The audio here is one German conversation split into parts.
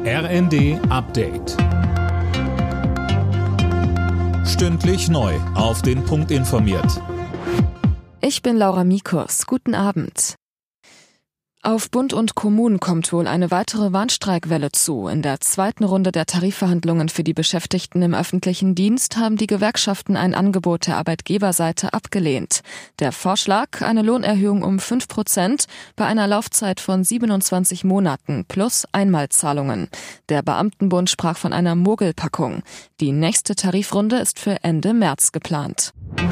RND Update. Stündlich neu auf den Punkt informiert. Ich bin Laura Mikus. Guten Abend. Auf Bund und Kommunen kommt wohl eine weitere Warnstreikwelle zu. In der zweiten Runde der Tarifverhandlungen für die Beschäftigten im öffentlichen Dienst haben die Gewerkschaften ein Angebot der Arbeitgeberseite abgelehnt. Der Vorschlag, eine Lohnerhöhung um 5% bei einer Laufzeit von 27 Monaten plus Einmalzahlungen. Der Beamtenbund sprach von einer Mogelpackung. Die nächste Tarifrunde ist für Ende März geplant.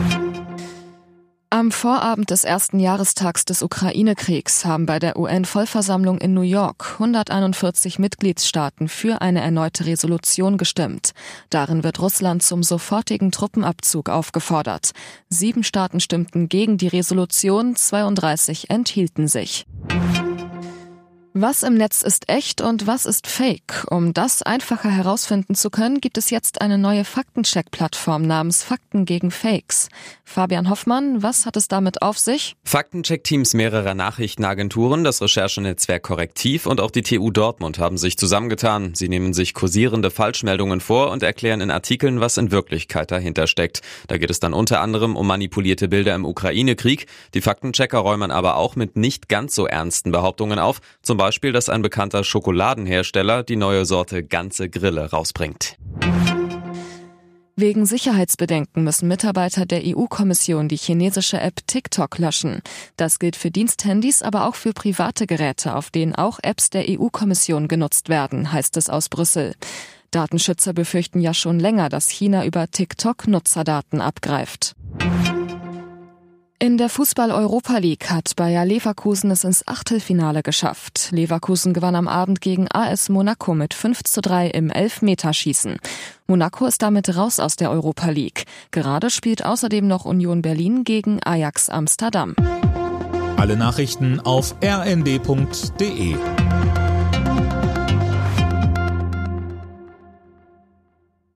Am Vorabend des ersten Jahrestags des Ukraine-Kriegs haben bei der UN-Vollversammlung in New York 141 Mitgliedstaaten für eine erneute Resolution gestimmt. Darin wird Russland zum sofortigen Truppenabzug aufgefordert. 7 Staaten stimmten gegen die Resolution, 32 enthielten sich. Was im Netz ist echt und was ist Fake? Um das einfacher herausfinden zu können, gibt es jetzt eine neue Faktencheck-Plattform namens Fakten gegen Fakes. Fabian Hoffmann, was hat es damit auf sich? Faktencheck-Teams mehrerer Nachrichtenagenturen, das Recherchenetzwerk Korrektiv und auch die TU Dortmund haben sich zusammengetan. Sie nehmen sich kursierende Falschmeldungen vor und erklären in Artikeln, was in Wirklichkeit dahinter steckt. Da geht es dann unter anderem um manipulierte Bilder im Ukraine-Krieg. Die Faktenchecker räumen aber auch mit nicht ganz so ernsten Behauptungen auf. Zum Beispiel, dass ein bekannter Schokoladenhersteller die neue Sorte Ganze Grille rausbringt. Wegen Sicherheitsbedenken müssen Mitarbeiter der EU-Kommission die chinesische App TikTok löschen. Das gilt für Diensthandys, aber auch für private Geräte, auf denen auch Apps der EU-Kommission genutzt werden, heißt es aus Brüssel. Datenschützer befürchten ja schon länger, dass China über TikTok Nutzerdaten abgreift. In der Fußball-Europa League hat Bayer Leverkusen es ins Achtelfinale geschafft. Leverkusen gewann am Abend gegen AS Monaco mit 5:3 im Elfmeterschießen. Monaco ist damit raus aus der Europa League. Gerade spielt außerdem noch Union Berlin gegen Ajax Amsterdam. Alle Nachrichten auf rnd.de.